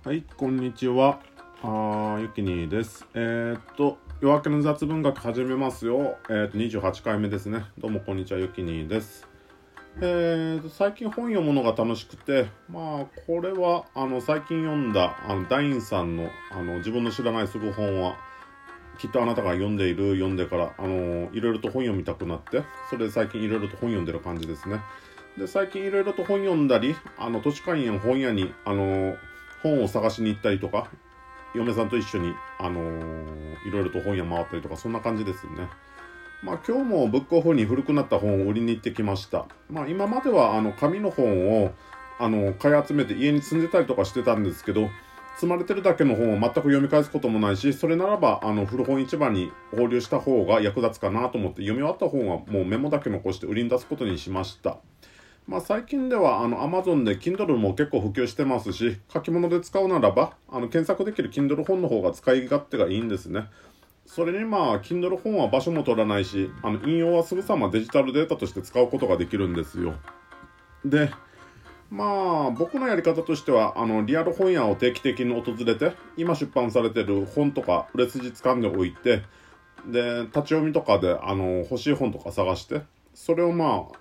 はい、こんにちは。ゆきにです。夜明けの雑文学始めますよ。28回目ですね。どうもこんにちは、ゆきにです。最近本読むのが楽しくて、これは、最近読んだ、ダインさんの、自分の知らないすぐ本は、きっとあなたが読んでから、いろいろと本読みたくなって、それで最近いろいろと本読んでる感じですね。で、最近いろいろと本読んだり、図書館や本屋に、本を探しに行ったりとか、嫁さんと一緒に、いろいろと本屋回ったりとか、そんな感じですね。今日もブックオフに古くなった本を売りに行ってきました。今までは、紙の本を、買い集めて家に積んでたりとかしてたんですけど、積まれてるだけの本を全く読み返すこともないし、それならば、古本市場に放流した方が役立つかなと思って、読み終わった本はもうメモだけ残して売りに出すことにしました。最近ではAmazon で Kindle も結構普及してますし、書き物で使うならば検索できる Kindle 本の方が使い勝手がいいんですね。それにKindle 本は場所も取らないし、引用はすぐさまデジタルデータとして使うことができるんですよ。で、僕のやり方としてはリアル本屋を定期的に訪れて、今出版されてる本とか売れ筋掴んでおいて、で、立ち読みとかで欲しい本とか探して、それを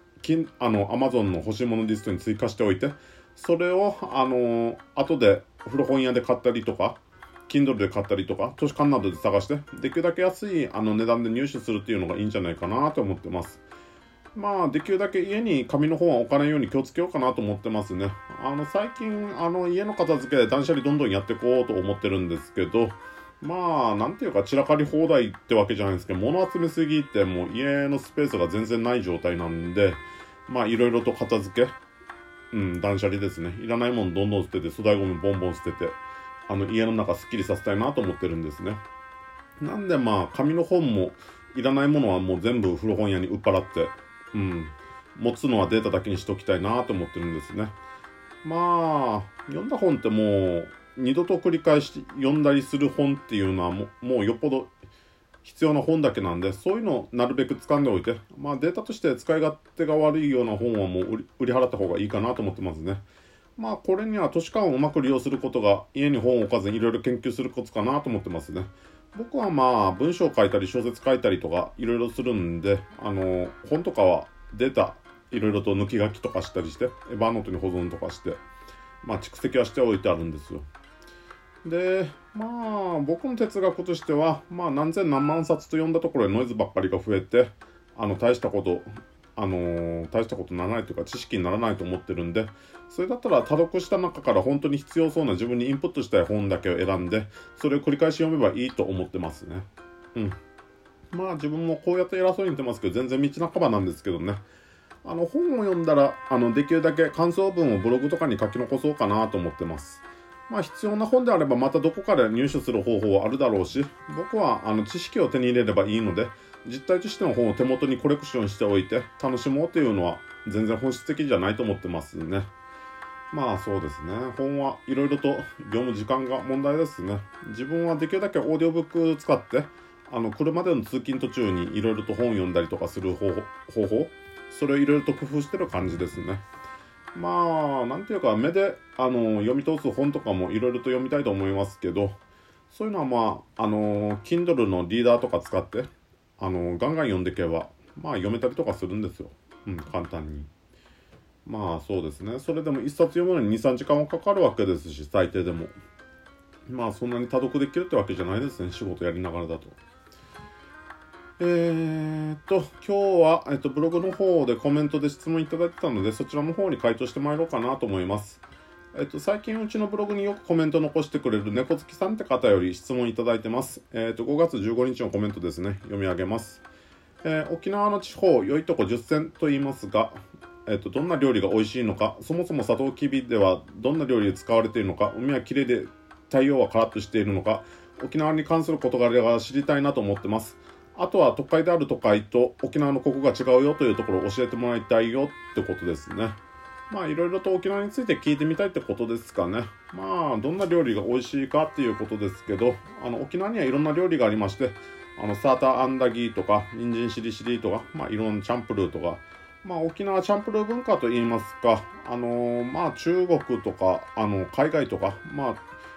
Amazon の欲しいものリストに追加しておいて、それを後で古本屋で買ったりとか、Kindle で買ったりとか、図書館などで探して、できるだけ安い値段で入手するっていうのがいいんじゃないかなと思ってます。できるだけ家に紙の本は置かないように気をつけようかなと思ってますね。最近、家の片付けで断捨離どんどんやっていこうと思ってるんですけど、なんていうか散らかり放題ってわけじゃないんですけど、物集めすぎてもう家のスペースが全然ない状態なんで、いろいろと片付け、断捨離ですね。いらないものどんどん捨てて、粗大ゴミボンボン捨てて、家の中すっきりさせたいなと思ってるんですね。なんで紙の本も、いらないものはもう全部古本屋に売っ払って、持つのはデータだけにしときたいなと思ってるんですね。読んだ本ってもう、二度と繰り返し読んだりする本っていうのはもうよっぽど必要な本だけなんで、そういうのをなるべく掴んでおいて、データとして使い勝手が悪いような本はもう売り払った方がいいかなと思ってますね。これには図書館をうまく利用することが、家に本を置かずにいろいろ研究するコツかなと思ってますね。僕は文章を書いたり小説書いたりとかいろいろするんで、本とかはデータいろいろと抜き書きとかしたりして、エヴァノートに保存とかして、蓄積はしておいてあるんですよ。で、僕の哲学としては、何千何万冊と読んだところでノイズばっかりが増えて、大したことならないというか知識にならないと思ってるんで、それだったら多読した中から本当に必要そうな自分にインプットしたい本だけを選んで、それを繰り返し読めばいいと思ってますね。自分もこうやって偉そうに言ってますけど、全然道半ばなんですけどね。本を読んだら、できるだけ感想文をブログとかに書き残そうかなと思ってます。必要な本であればまたどこかで入手する方法はあるだろうし、僕は知識を手に入れればいいので、実体としての本を手元にコレクションしておいて楽しもうというのは全然本質的じゃないと思ってますね。そうですね。本はいろいろと読む時間が問題ですね。自分はできるだけオーディオブック使って、車での通勤途中にいろいろと本を読んだりとかする方法、それをいろいろと工夫してる感じですね。なんていうか、目で、読み通す本とかもいろいろと読みたいと思いますけど、そういうのはKindle のリーダーとか使って、ガンガン読んでいけば、読めたりとかするんですよ。簡単に。そうですね。それでも一冊読むのに2、3時間はかかるわけですし、最低でも。そんなに多読できるってわけじゃないですね。仕事やりながらだと。今日は、ブログの方でコメントで質問いただいてたので、そちらの方に回答してまいろうかなと思います。最近うちのブログによくコメント残してくれる猫好きさんって方より質問いただいてます。5月15日のコメントですね。読み上げます。沖縄の地方、良いとこ10選と言いますが、どんな料理が美味しいのか、そもそもサトウキビではどんな料理で使われているのか、海はきれいで太陽はカラッとしているのか、沖縄に関する事柄が知りたいなと思ってます。あとは都会である都会と沖縄のここが違うよというところを教えてもらいたいよってことですね。いろいろと沖縄について聞いてみたいってことですかね。どんな料理が美味しいかっていうことですけど、沖縄にはいろんな料理がありまして、サーターアンダギーとか、人参しりしりとか、いろんなチャンプルーとか、沖縄チャンプルー文化といいますか、中国とか、海外とか、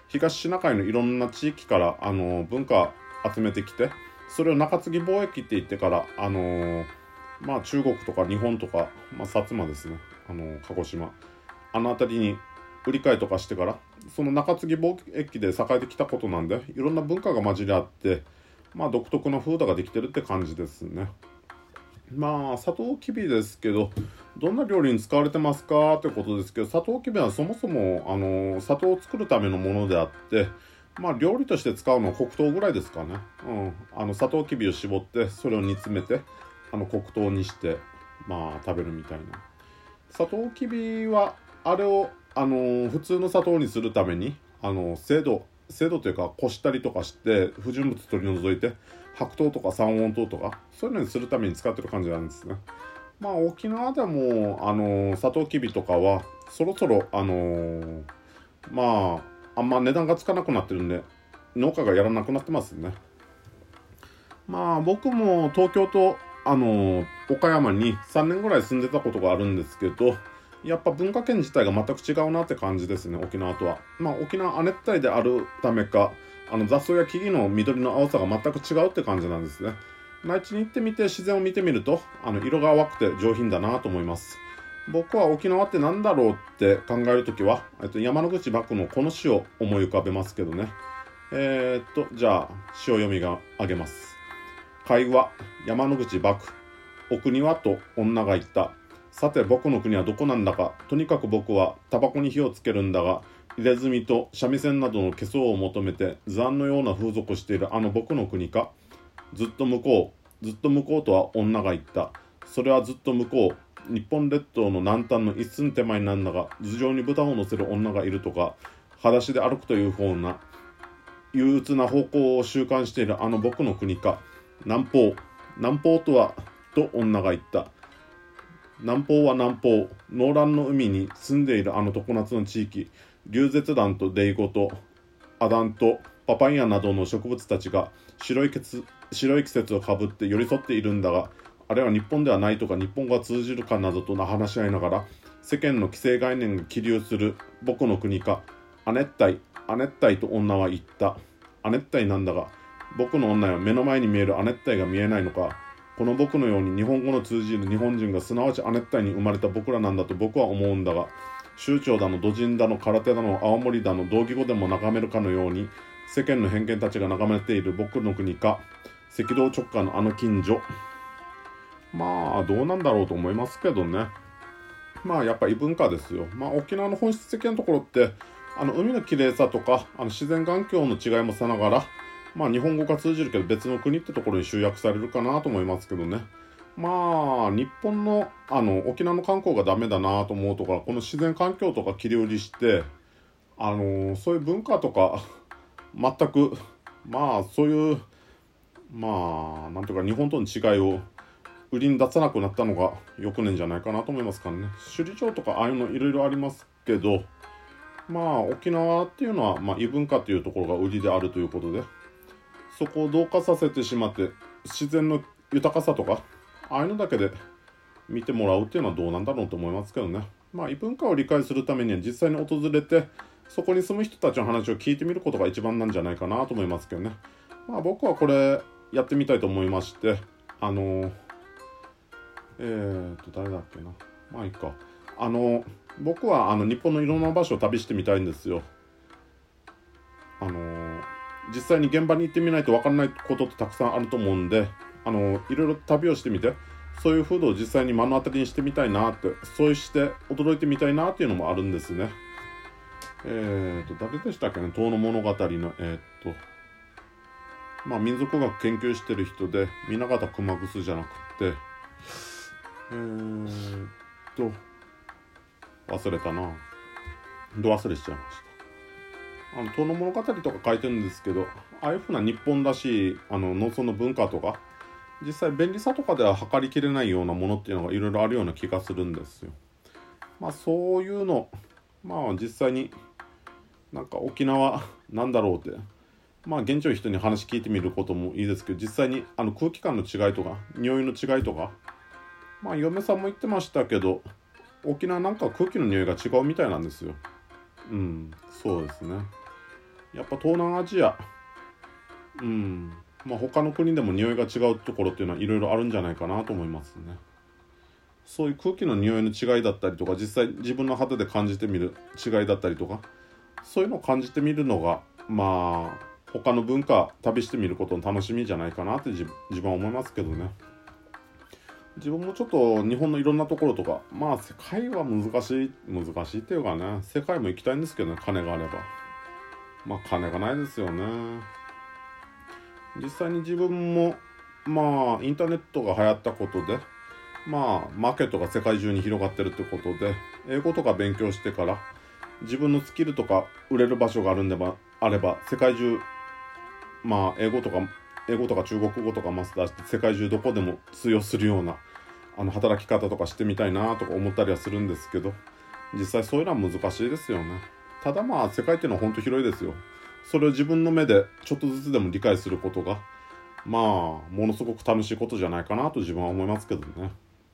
東シナ海のいろんな地域から文化集めてきて、それを中継ぎ貿易って言ってから中国とか日本とか、薩摩ですね、鹿児島辺りに売り買いとかしてから、その中継ぎ貿易で栄えてきたことなんで、いろんな文化が混じり合って、独特な風土ができてるって感じですね。サトウキビですけど、どんな料理に使われてますかってことですけど、サトウキビはそもそも砂糖を作るためのものであって、料理として使うのは黒糖ぐらいですかね。サトウキビを絞ってそれを煮詰めて黒糖にして食べるみたいな。サトウキビはあれを普通の砂糖にするために精度というかこしたりとかして不純物取り除いて白糖とか三温糖とかそういうのにするために使ってる感じなんですね。沖縄でもサトウキビとかはそろそろあんま値段がつかなくなってるんで農家がやらなくなってますね。僕も東京と岡山に3年ぐらい住んでたことがあるんですけど、やっぱ文化圏自体が全く違うなって感じですね、沖縄とは。沖縄亜熱帯であるためか雑草や木々の緑の青さが全く違うって感じなんですね。内地に行ってみて自然を見てみると色が淡くて上品だなと思います。僕は沖縄ってなんだろうって考えるときは山口幕のこの詩を思い浮かべますけどね。じゃあ詩を読みがあげます。会話山口幕お国はと女が言った。さて僕の国はどこなんだか。とにかく僕はタバコに火をつけるんだが、入れ墨と三味線などの化粧を求めて図案のような風俗している僕の国か。ずっと向こうとは女が言った。それはずっと向こう。日本列島の南端の一寸手前なんだが、頭上に豚を乗せる女がいるとか、裸足で歩くという風な憂鬱な方向を習慣している僕の国か。南方とはと女が言った。南方は南方、ノーランの海に住んでいる常夏の地域、リュウゼツランとデイゴとアダンとパパイヤなどの植物たちが白い季節をかぶって寄り添っているんだが、あれは日本ではないとか日本が通じるかなどと話し合いながら、世間の既成概念が起立する僕の国か。亜熱帯と女は言った。亜熱帯なんだが、僕の女は目の前に見える亜熱帯が見えないのか。この僕のように日本語の通じる日本人がすなわち亜熱帯に生まれた僕らなんだと僕は思うんだが、州長だの土人だの空手だの青森だの同義語でも眺めるかのように、世間の偏見たちが眺めている僕の国か。赤道直下の近所。どうなんだろうと思いますけどね。やっぱ異文化ですよ。沖縄の本質的なところって海の綺麗さとか自然環境の違いもさながら、日本語が通じるけど別の国ってところに集約されるかなと思いますけどね。日本の沖縄の観光がダメだなと思うところは、この自然環境とか切り売りしてそういう文化とか全くそういうなんていうか日本との違いを売りに出さなくなったのがよくねんじゃないかなと思いますからね。首里城とかああいうのいろいろありますけど、沖縄っていうのは異文化っていうところが売りであるということで、そこを同化させてしまって自然の豊かさとかああいうのだけで見てもらうっていうのはどうなんだろうと思いますけどね。異文化を理解するためには実際に訪れてそこに住む人たちの話を聞いてみることが一番なんじゃないかなと思いますけどね。僕はこれやってみたいと思いまして、誰だっけな、いいか。僕は日本のいろんな場所を旅してみたいんですよ。実際に現場に行ってみないと分からないことってたくさんあると思うんで、いろいろ旅をしてみて、そういう風土を実際に目の当たりにしてみたいなって、そうして驚いてみたいなっていうのもあるんですね。誰でしたっけね、遠野物語の民族学研究してる人で南方熊楠じゃなくて忘れたな。忘れしちゃいました。遠野物語とか書いてるんですけど、ああいうふうな日本らしい農村の文化とか、実際便利さとかでは測りきれないようなものっていうのがいろいろあるような気がするんですよ。そういうの実際になんか沖縄なんだろうって現地の人に話聞いてみることもいいですけど、実際に空気感の違いとか匂いの違いとか、嫁さんも言ってましたけど、沖縄なんか空気の匂いが違うみたいなんですよ。そうですね。 やっぱ東南アジア、他の国でも匂いが違うところっていうのはいろいろあるんじゃないかなと思いますね。そういう空気の匂いの違いだったりとか、実際自分の肌で感じてみる違いだったりとか、そういうのを感じてみるのが他の文化旅してみることの楽しみじゃないかなって自分は思いますけどね。自分もちょっと日本のいろんなところとか、世界は難しいっていうかね、世界も行きたいんですけどね、金があれば。金がないですよね。実際に自分もインターネットが流行ったことでマーケットが世界中に広がってるってことで、英語とか勉強してから自分のスキルとか売れる場所があれば世界中英語とか中国語とかマスターして世界中どこでも通用するような働き方とかしてみたいなとか思ったりはするんですけど、実際そういうのは難しいですよね。ただ世界っていうのは本当広いですよ。それを自分の目でちょっとずつでも理解することがものすごく楽しいことじゃないかなと自分は思いますけどね。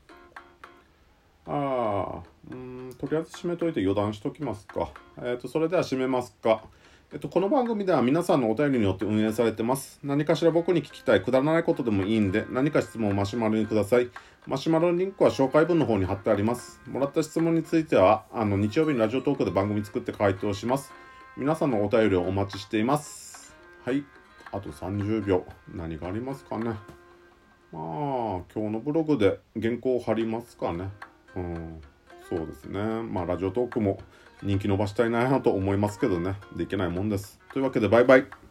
とりあえず締めといて余談しときますか。それでは締めますか。この番組では皆さんのお便りによって運営されてます。何かしら僕に聞きたいくだらないことでもいいんで、何か質問をマシュマロにください。マシュマロのリンクは紹介文の方に貼ってあります。もらった質問については日曜日にラジオトークで番組作って回答します。皆さんのお便りをお待ちしています。はい、あと30秒何がありますかね。今日のブログで原稿を貼りますかね。そうですね。ラジオトークも人気伸ばしたいなと思いますけどね。できないもんです。というわけでバイバイ。